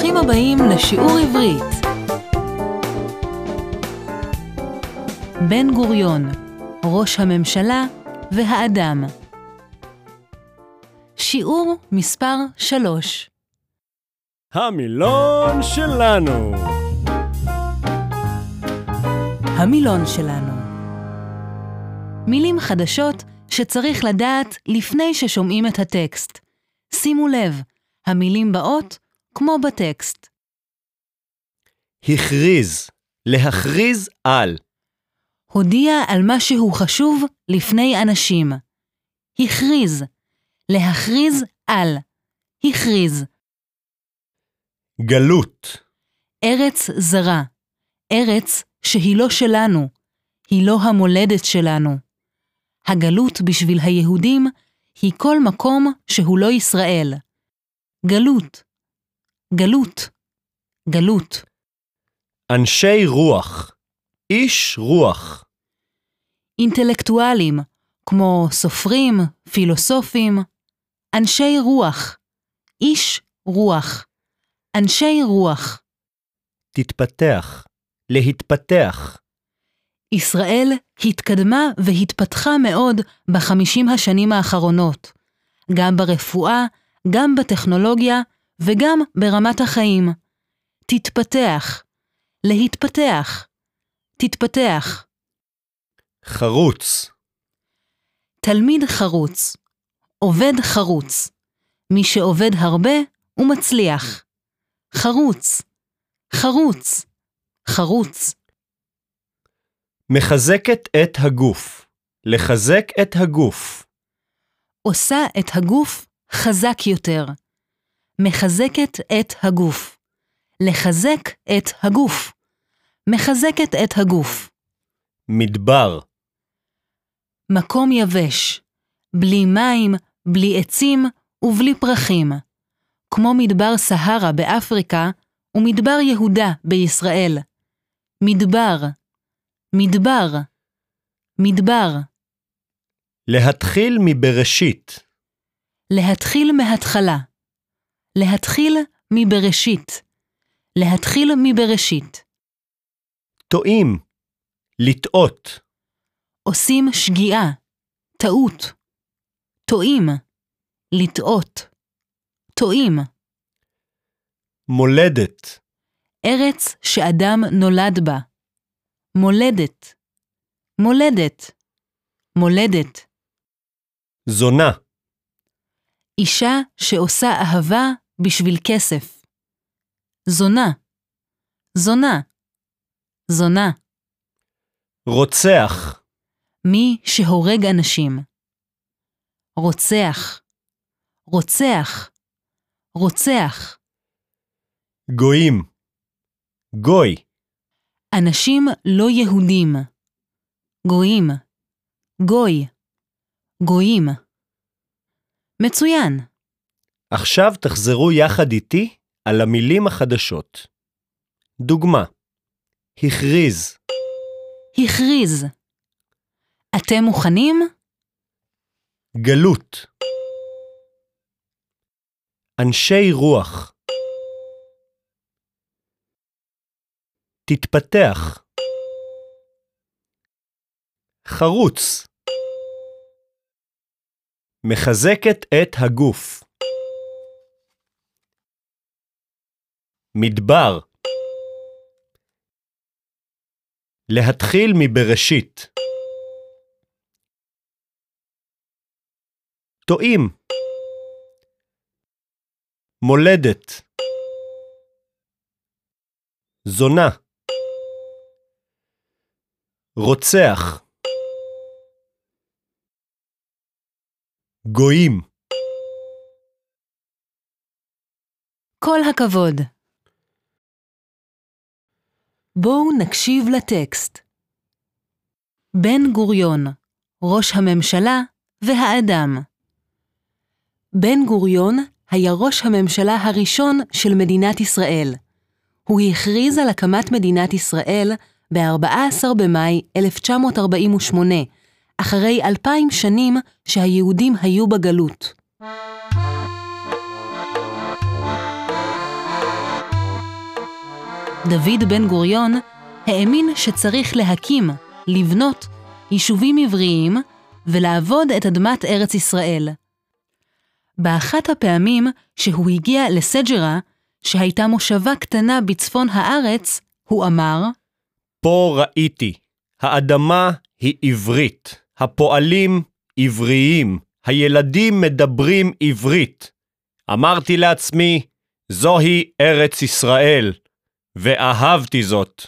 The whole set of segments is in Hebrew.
ברוכים הבאים לשיעור עברית. בן גוריון, ראש הממשלה והאדם. שיעור מספר 3. המילון שלנו. המילון שלנו. מילים חדשות שצריך לדעת לפני ששומעים את הטקסט. שימו לב, המילים באות כמו בטקסט. הכריז, להכריז על. הודיע על משהו חשוב לפני אנשים. הכריז, להכריז על. הכריז. גלות. ארץ זרה. ארץ שהיא לא שלנו. היא לא המולדת שלנו. הגלות בשביל היהודים היא כל מקום שהוא לא ישראל. גלות. גלות. גלות. אנשי רוח. איש רוח. אינטלקטואלים, כמו סופרים, פילוסופים. אנשי רוח. איש רוח. אנשי רוח. תתפתח. להתפתח. ישראל התקדמה והתפתחה מאוד ב50 השנים האחרונות, גם ברפואה, גם בטכנולוגיה וגם ברמת החיים. תתפתח. להתפתח. תתפתח. חרוץ. תלמיד חרוץ. עובד חרוץ. מי שעובד הרבה הוא מצליח. חרוץ. חרוץ. חרוץ. מחזקת את הגוף. לחזק את הגוף. עושה את הגוף חזק יותר. מחזקת את הגוף. לחזק את הגוף. מחזקת את הגוף. מדבר. מקום יבש. בלי מים, בלי עצים ובלי פרחים. כמו מדבר סהרה באפריקה ומדבר יהודה בישראל. מדבר. מדבר. מדבר. להתחיל מבראשית. להתחיל מההתחלה. להתחיל מבראשית. להתחיל מבראשית. טועים. לטעות. עושים שגיאה. טעות. טועים. לטעות. טועים. מולדת. ארץ שאדם נולד בה. מולדת. מולדת. מולדת. זונה. אישה שעושה אהבה בשביל כסף. זונה. זונה. זונה. רוצח. מי שהורג אנשים. רוצח. רוצח. רוצח. גויים. גוי. אנשים לא יהודים. גויים. גוי. גויים. מצוין. עכשיו תחזרו יחד איתי על המילים החדשות. דוגמה. הכריז. הכריז. אתם מוכנים? גלות. אנשי רוח. תתפתח. חרוץ. מחזקת את הגוף. מדבר. להתחיל מבראשית. טועים. מולדת. זונה. רוצח. גויים. כל הכבוד. בואו נקשיב לטקסט. בן גוריון, ראש הממשלה והאדם. בן גוריון היה ראש הממשלה הראשון של מדינת ישראל. הוא הכריז על הקמת מדינת ישראל ב-14 במאי 1948, אחרי 2000 שנים שהיהודים היו בגלות. דוד בן גוריון האמין שצריך להקים, לבנות, יישובים עבריים ולעבוד את אדמת ארץ ישראל. באחת הפעמים שהוא הגיע לסג'רה, שהייתה מושבה קטנה בצפון הארץ, הוא אמר, פה ראיתי, האדמה היא עברית, הפועלים עבריים, הילדים מדברים עברית. אמרתי לעצמי, זוהי ארץ ישראל, ואהבתי זאת.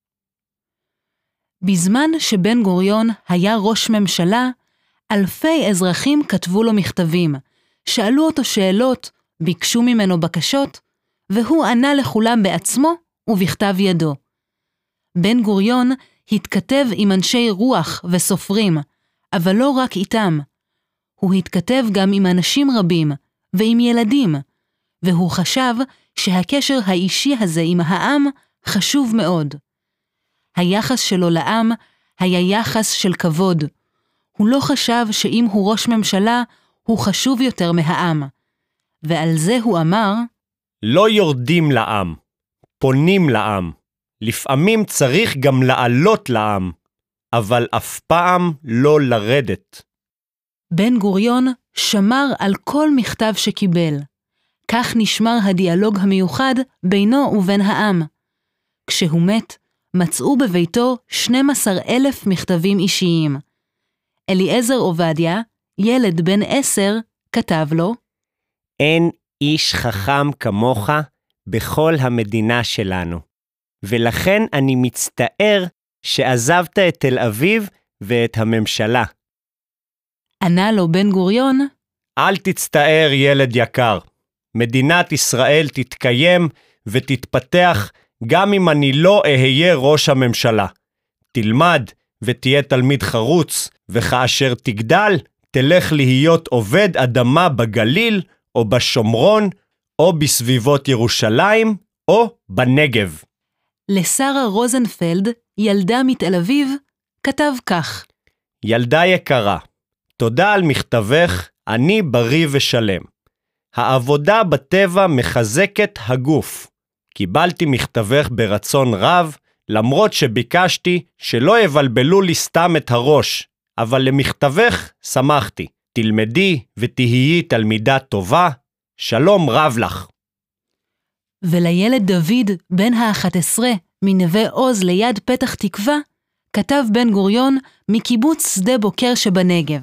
בזמן שבן גוריון היה ראש ממשלה, אלפי אזרחים כתבו לו מכתבים, שאלו אותו שאלות, ביקשו ממנו בקשות, והוא ענה לכולם בעצמו ובכתב ידו. בן גוריון התכתב עם אנשי רוח וסופרים, אבל לא רק איתם. הוא התכתב גם עם אנשים רבים ועם ילדים, והוא חשב שהקשר האישי הזה עם העם חשוב מאוד. היחס שלו לעם היה יחס של כבוד. הוא לא חשב שאם הוא ראש ממשלה, הוא חשוב יותר מהעם. ועל זה הוא אמר, לא יורדים לעם, פונים לעם. לפעמים צריך גם לעלות לעם, אבל אף פעם לא לרדת. בן גוריון שמר על כל מכתב שקיבל. כך נשמר הדיאלוג המיוחד בינו ובין העם. כשהוא מת, מצאו בביתו 12,000 מכתבים אישיים. אליעזר עובדיה, ילד בן 10, כתב לו, אין איש חכם כמוך בכל המדינה שלנו, ולכן אני מצטער שעזבת את תל אביב ואת הממשלה. ענה לו בן גוריון, אל תצטער ילד יקר, מדינת ישראל תתקיים ותתפתח גם אם אני לא אהיה ראש הממשלה. תלמד ותהיה תלמיד חרוץ, וכאשר תגדל, תלך להיות עובד אדמה בגליל, או בשומרון, או בסביבות ירושלים, או בנגב. לשרה רוזנפלד, ילדה מתל אביב, כתב כך, ילדה יקרה, תודה על מכתבך, אני בריא ושלם. העבודה בטבע מחזקת הגוף. קיבלתי מכתבך ברצון רב, למרות שביקשתי שלא יבלבלו לי סתם את הראש, אבל למכתבך שמחתי. תלמדי ותהיי תלמידה טובה, שלום רב לך. ולילד דוד, בן ה-11, מנווה עוז ליד פתח תקווה, כתב בן גוריון מקיבוץ שדה בוקר שבנגב.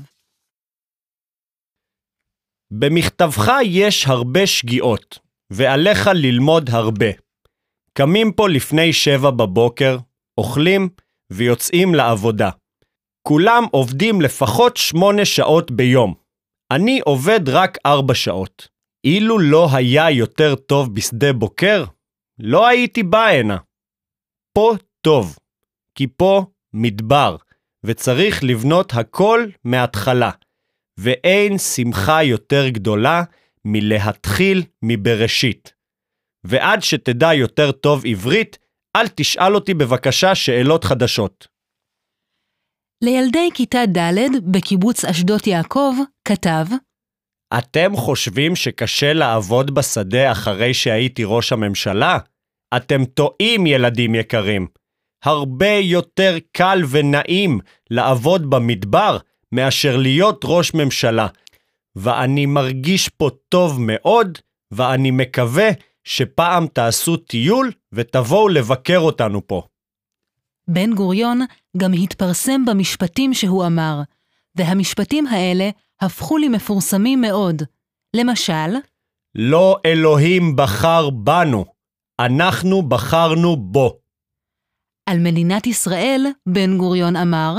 במכתבך יש הרבה שגיאות, ועליך ללמוד הרבה. קמים פה לפני 7 בבוקר, אוכלים ויוצאים לעבודה. כולם עובדים לפחות 8 שעות ביום. אני עובד רק 4 שעות. אילו לא היה יותר טוב בשדה בוקר, לא הייתי בא הנה. פה טוב, כי פה מדבר, וצריך לבנות הכל מההתחלה, ואין שמחה יותר גדולה מלהתחיל מבראשית. ועד שתדע יותר טוב עברית, אל תשאל אותי בבקשה שאלות חדשות. לילדי כיתה ד' בקיבוץ אשדות יעקב כתב, אתם חושבים שקשה לעבוד בשדה אחרי שהייתי ראש הממשלה? אתם טועים ילדים יקרים. הרבה יותר קל ונעים לעבוד במדבר מאשר להיות ראש ממשלה. ואני מרגיש פה טוב מאוד, ואני מקווה שפעם תעשו טיול ותבואו לבקר אותנו פה. בן גוריון גם התפרסם במשפטים שהוא אמר, והמשפטים האלה הפכו לי מפורסמים מאוד. למשל, לא אלוהים בחר בנו, אנחנו בחרנו בו. על מדינת ישראל, בן גוריון אמר,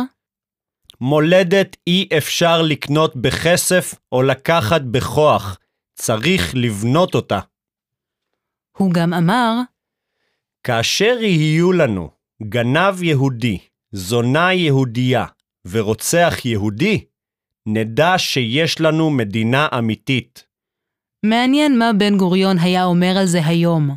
מולדת אי אפשר לקנות בכסף או לקחת בכוח, צריך לבנות אותה. הוא גם אמר, כאשר יהיו לנו גנב יהודי, זונה יהודייה ורוצח יהודי, נדע שיש לנו מדינה אמיתית. מעניין מה בן גוריון היה אומר על זה היום.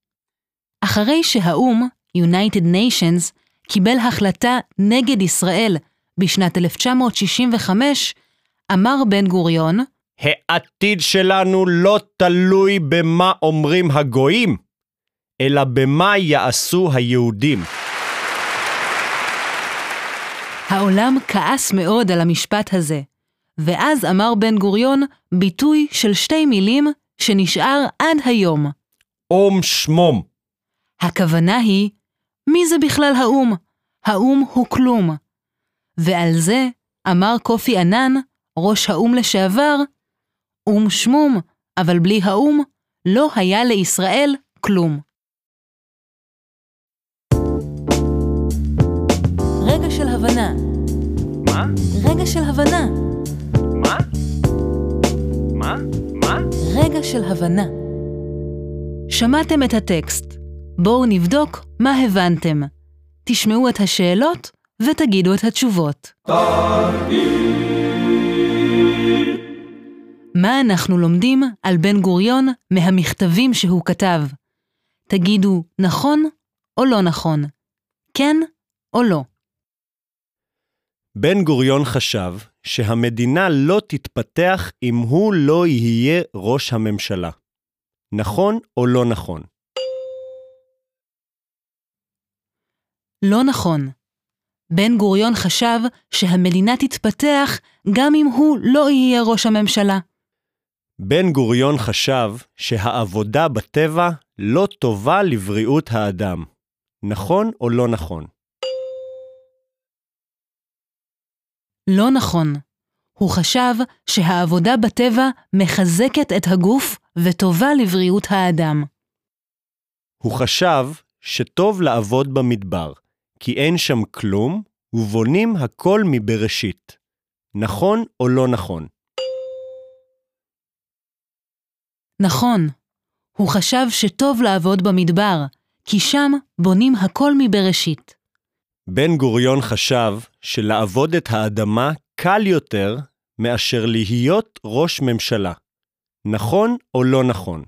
אחרי שהאו"ם, United Nations, קיבל החלטה נגד ישראל בשנת 1965, אמר בן גוריון, העתיד שלנו לא תלוי במה אומרים הגויים, אלא במה יעשו היהודים. העולם כעס מאוד על המשפט הזה, ואז אמר בן גוריון ביטוי של 2 מילים שנשאר עד היום. אום שמום. הכוונה היא, מי זה בכלל האום? האום הוא כלום. ועל זה אמר קופי ענן, ראש האום לשעבר, אום שמום, אבל בלי האום לא היה לישראל כלום. רגע של הבנה. מה? רגע של הבנה. מה? מה? מה? רגע של הבנה. שמעתם את הטקסט. בואו נבדוק מה הבנתם. תשמעו את השאלות ותגידו את התשובות. מה אנחנו לומדים על בן גוריון מהמכתבים שהוא כתב? תגידו נכון או לא נכון, כן או לא. בן גוריון חשב שהמדינה לא תתפתח אם הוא לא יהיה ראש הממשלה. נכון או לא נכון? לא נכון. בן גוריון חשב שהמדינה תתפתח גם אם הוא לא יהיה ראש הממשלה. בן גוריון חשב שהעבודה בטבע לא טובה לבריאות האדם. נכון או לא נכון? לא נכון. הוא חשב שהעבודה בטבע מחזקת את הגוף וטובה לבריאות האדם. הוא חשב שטוב לעבוד במדבר, כי אין שם כלום ובונים הכל מבראשית. נכון או לא נכון? נכון. הוא חשב שטוב לעבוד במדבר, כי שם בונים הכל מבראשית. בן גוריון חשב שלעבוד את האדמה קל יותר מאשר להיות ראש ממשלה. נכון או לא נכון?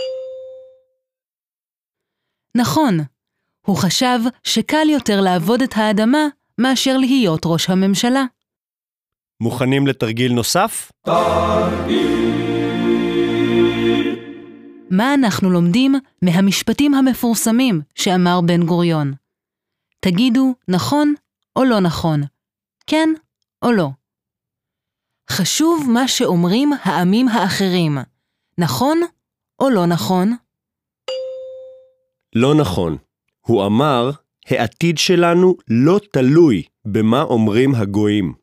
נכון. הוא חשב שקל יותר לעבוד את האדמה מאשר להיות ראש הממשלה. מוכנים לתרגיל נוסף? מה אנחנו לומדים מהמשפטים המפורסמים שאמר בן גוריון? תגידו נכון או לא נכון, כן או לא. חשוב מה שאומרים העמים האחרים, נכון או לא נכון? לא נכון. הוא אמר, העתיד שלנו לא תלוי במה אומרים הגויים.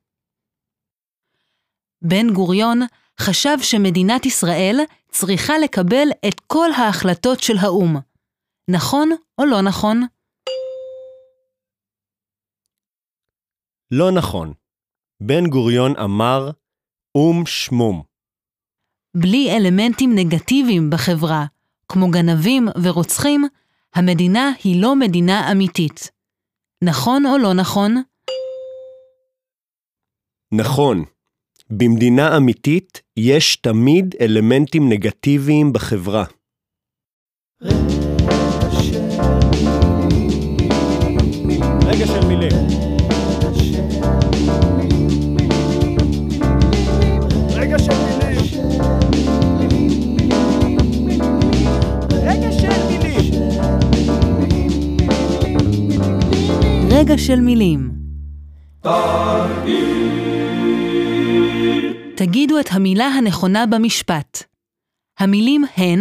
בן גוריון חשב שמדינת ישראל צריכה לקבל את כל ההחלטות של האום. נכון או לא נכון? לא נכון. בן גוריון אמר, אום שמום. בלי אלמנטים נגטיביים בחברה, כמו גנבים ורוצחים, המדינה היא לא מדינה אמיתית. נכון או לא נכון? נכון. במדינה אמיתית יש תמיד אלמנטים נגטיביים בחברה. רגע של מילים. רגע של מילים. רגע של מילים. רגע של מילים. תגידו את המילה הנכונה במשפט. המילים הן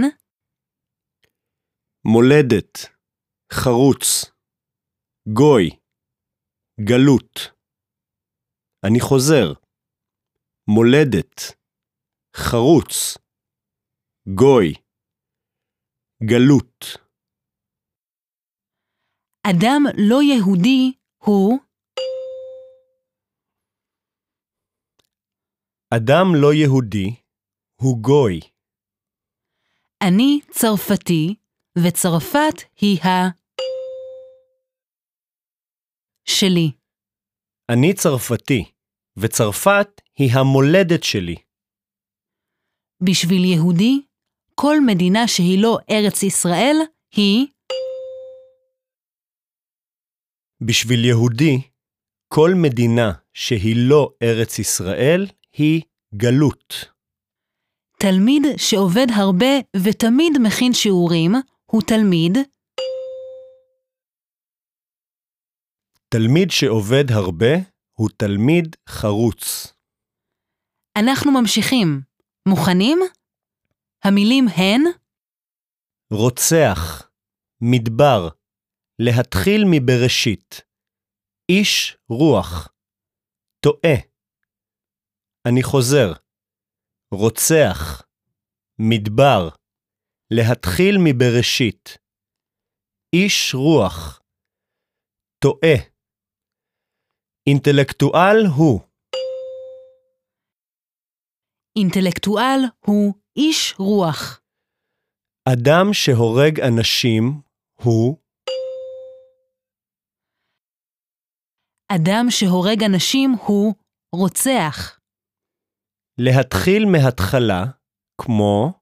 מולדת, חרוץ, גוי, גלות. אני חוזר. מולדת, חרוץ, גוי, גלות. אדם לא יהודי הוא אדם לא יהודי הוא גוי. אני צרפתי וצרפת היא שלי. אני צרפתי, וצרפת היא המולדת שלי. בשביל יהודי, כל מדינה שהיא לא ארץ ישראל היא בשביל יהודי, כל מדינה שהיא לא ארץ ישראל היא גלות. תלמיד שעובד הרבה ותמיד מכין שיעורים הוא תלמיד תלמיד שעובד הרבה הוא תלמיד חרוץ. אנחנו ממשיכים. מוכנים? המילים הן רוצח, מדבר, להתחיל מבראשית, איש רוח, טועה. אני חוזר, רוצח, מדבר, להתחיל מבראשית, איש רוח, טועה. אינטלקטואל הוא. אינטלקטואל הוא איש רוח. אדם שהורג אנשים הוא. אדם שהורג אנשים הוא רוצח. להתחיל מההתחלה, כמו.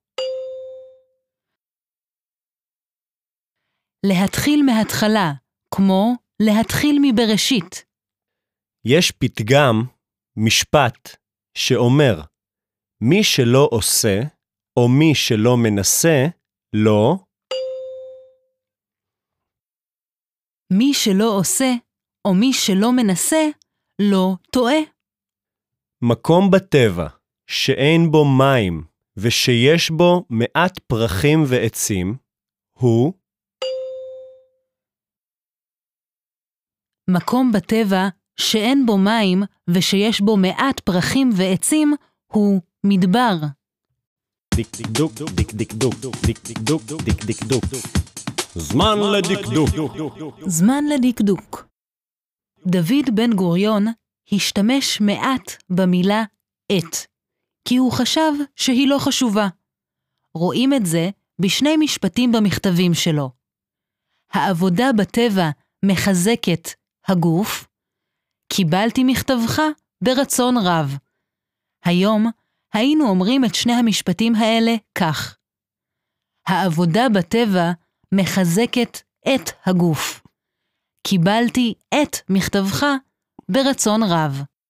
להתחיל מההתחלה, כמו להתחיל מבראשית. יש פתגם, משפט, שאומר, מי שלא עושה, או מי שלא מנסה, לא. מי שלא עושה, או מי שלא מנסה, לא טועה. מקום בטבע, שאין בו מים, ושיש בו מעט פרחים ועצים, הוא. מקום בטבע שאין בו מים ושיש בו מעט פרחים ועצים הוא מדבר. דקדוק, דקדוק, דקדוק, דקדוק. זמן לדקדוק. זמן לדקדוק. דוד בן גוריון השתמש מעט במילה את, כי הוא חשב שהיא לא חשובה. רואים את זה בשני משפטים במכתבים שלו. העבודה בטבע מחזקת הגוף, קיבלתי מכתבך ברצון רב. היום היינו אומרים את שני המשפטים האלה כך. העבודה בטבע מחזקת את הגוף. קיבלתי את מכתבך ברצון רב.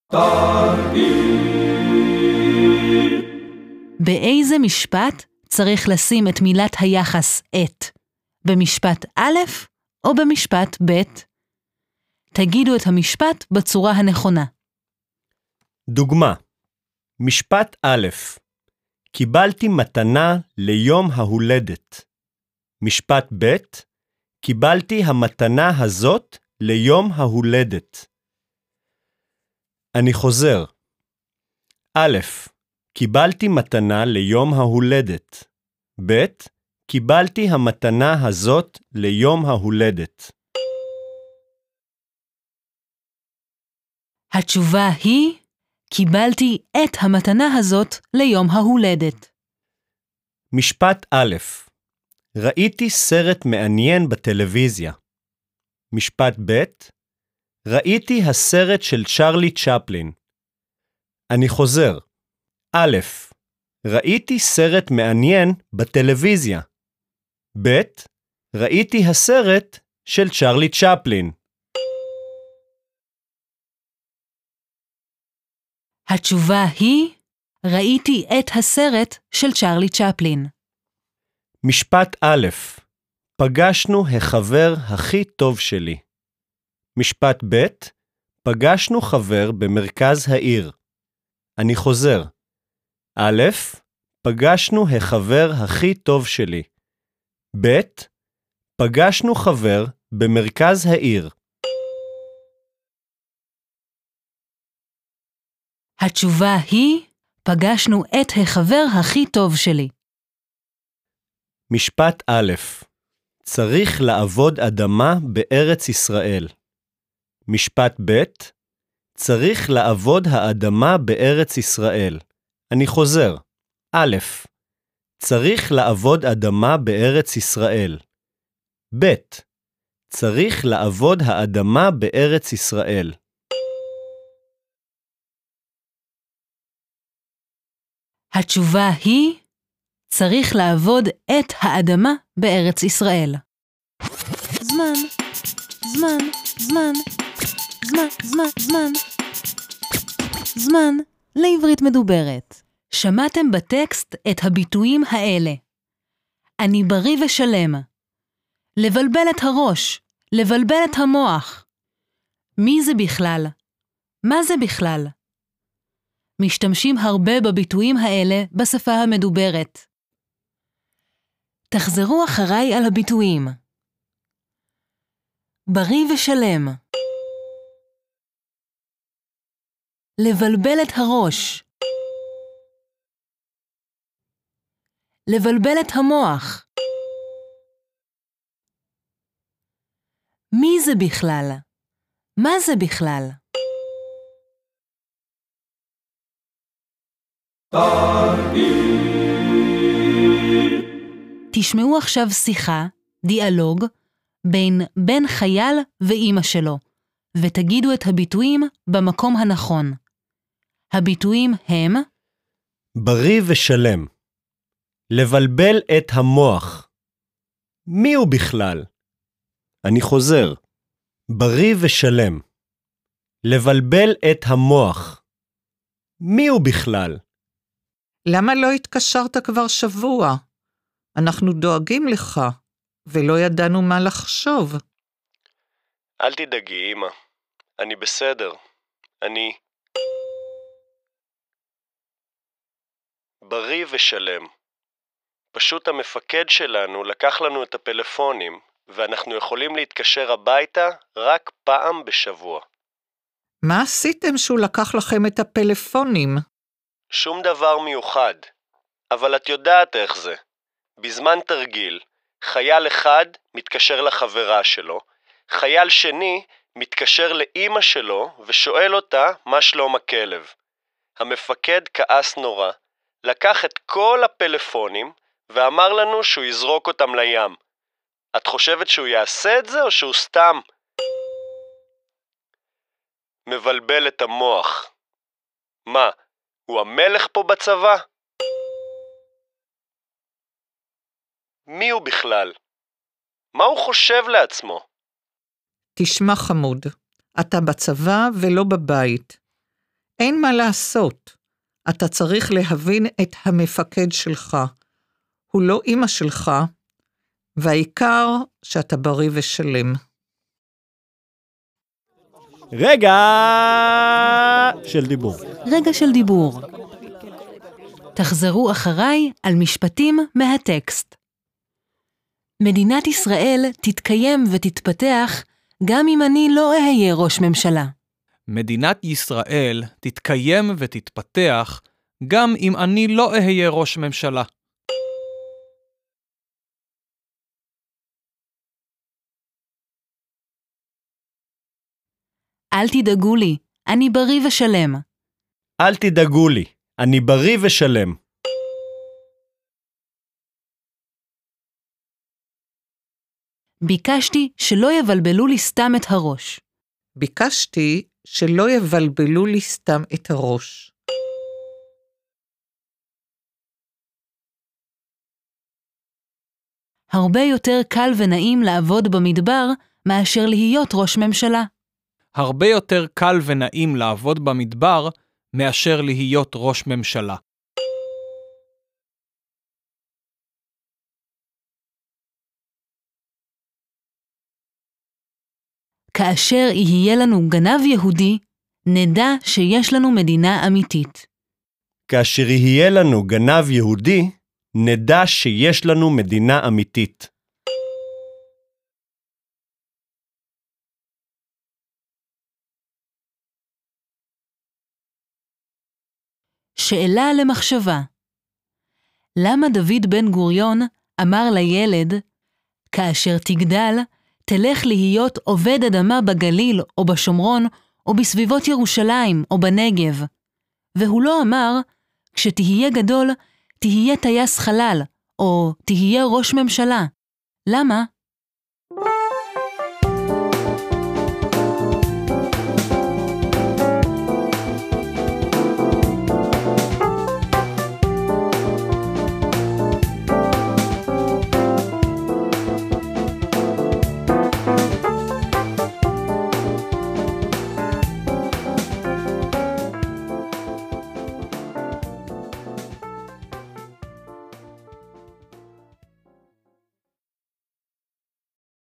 באיזה משפט צריך לשים את מילת היחס את? במשפט א' או במשפט ב'? תגידו את המשפט בצורה הנכונה. דוגמה, משפט א', קיבלתי מתנה ליום ההולדת. משפט ב', קיבלתי המתנה הזאת ליום ההולדת. אני חוזר. א', קיבלתי מתנה ליום ההולדת. ב', קיבלתי המתנה הזאת ליום ההולדת. התשובה היא, קיבלתי את המתנה הזאת ליום ההולדת. משפט א', ראיתי סרט מעניין בטלוויזיה. משפט ב', ראיתי הסרט של צ'רלי צ'פלין. אני חוזר. א', ראיתי סרט מעניין בטלוויזיה. ב', ראיתי הסרט של צ'רלי צ'פלין. התשובה היא, ראיתי את הסרט של צ'רלי צ'פלין. משפט א', פגשנו החבר הכי טוב שלי. משפט ב', פגשנו חבר במרכז העיר. אני חוזר. א', פגשנו החבר הכי טוב שלי. ב', פגשנו חבר במרכז העיר. התשובה היא, פגשנו את החבר הכי טוב שלי. משפט א', צריך לעבוד אדמה בארץ ישראל. משפט ב', צריך לעבוד האדמה בארץ ישראל. אני חוזר. א', צריך לעבוד אדמה בארץ ישראל. ב', צריך לעבוד האדמה בארץ ישראל. התשובה היא, צריך לעבוד את האדמה בארץ ישראל. זמן, זמן, זמן, זמן, זמן, זמן. זמן לעברית מדוברת. שמעתם בטקסט את הביטויים האלה. אני בריא ושלם. לבלבל את הראש, לבלבל את המוח. מי זה בכלל? מה זה בכלל? משתמשים הרבה בביטויים האלה בשפה המדוברת. תחזרו אחריי על הביטויים. בריא ושלם. לבלבל את הראש. לבלבל את המוח. מי זה בכלל? מה זה בכלל? תשמעו עכשיו שיחה, דיאלוג, בין בן חייל ואימא שלו, ותגידו את הביטויים במקום הנכון. הביטויים הם בריא ושלם. לבלבל את המוח. מי הוא בכלל? אני חוזר. בריא ושלם. לבלבל את המוח. מי הוא בכלל? למה לא התקשרת כבר שבוע? אנחנו דואגים לך, ולא ידענו מה לחשוב. אל תדאגי, אמא. אני בסדר. אני בריא ושלם. פשוט המפקד שלנו לקח לנו את הפלאפונים, ואנחנו יכולים להתקשר הביתה רק פעם בשבוע. מה עשיתם שהוא לקח לכם את הפלאפונים? שום דבר מיוחד, אבל את יודעת איך זה. בזמן תרגיל, חייל אחד מתקשר לחברה שלו, חייל שני מתקשר לאמא שלו ושואל אותה מה שלום הכלב. המפקד כעס נורא, לקח את כל הפלאפונים ואמר לנו שהוא יזרוק אותם לים. את חושבת שהוא יעשה את זה או שהוא סתם מבלבל את המוח? מה, הוא המלך פה בצבא? מי הוא בכלל? מה הוא חושב לעצמו? תשמע חמוד, אתה בצבא ולא בבית. אין מה לעשות. אתה צריך להבין את המפקד שלך. הוא לא אמא שלך, והעיקר שאתה בריא ושלם. רגע של דיבור. רגע של דיבור. תחזרו אחריי על משפטים מהטקסט. מדינת ישראל תתקיים ותתפתח גם אם אני לא אהיה ראש ממשלה. מדינת ישראל תתקיים ותתפתח גם אם אני לא אהיה ראש ממשלה. אל תדאגו לי, אני בריא ושלם. אל תדאגו לי, אני בריא ושלם. ביקשתי שלא יבלבלו לי סתם את הראש. ביקשתי שלא יבלבלו לי סתם את הראש. הרבה יותר קל ונעים לעבוד במדבר מאשר להיות ראש ממשלה. הרבה יותר קל ונעים לעבוד במדבר מאשר להיות ראש ממשלה. כאשר יהיה לנו גנב יהודי, נדע שיש לנו מדינה אמיתית. כאשר יהיה לנו גנב יהודי, נדע שיש לנו מדינה אמיתית. שאלה למחשבה. למה דוד בן גוריון אמר לילד, כאשר תגדל, תלך להיות עובד אדמה בגליל או בשומרון או בסביבות ירושלים או בנגב? והוא לא אמר, כשתהיה גדול, תהיה טייס חלל או תהיה ראש ממשלה. למה?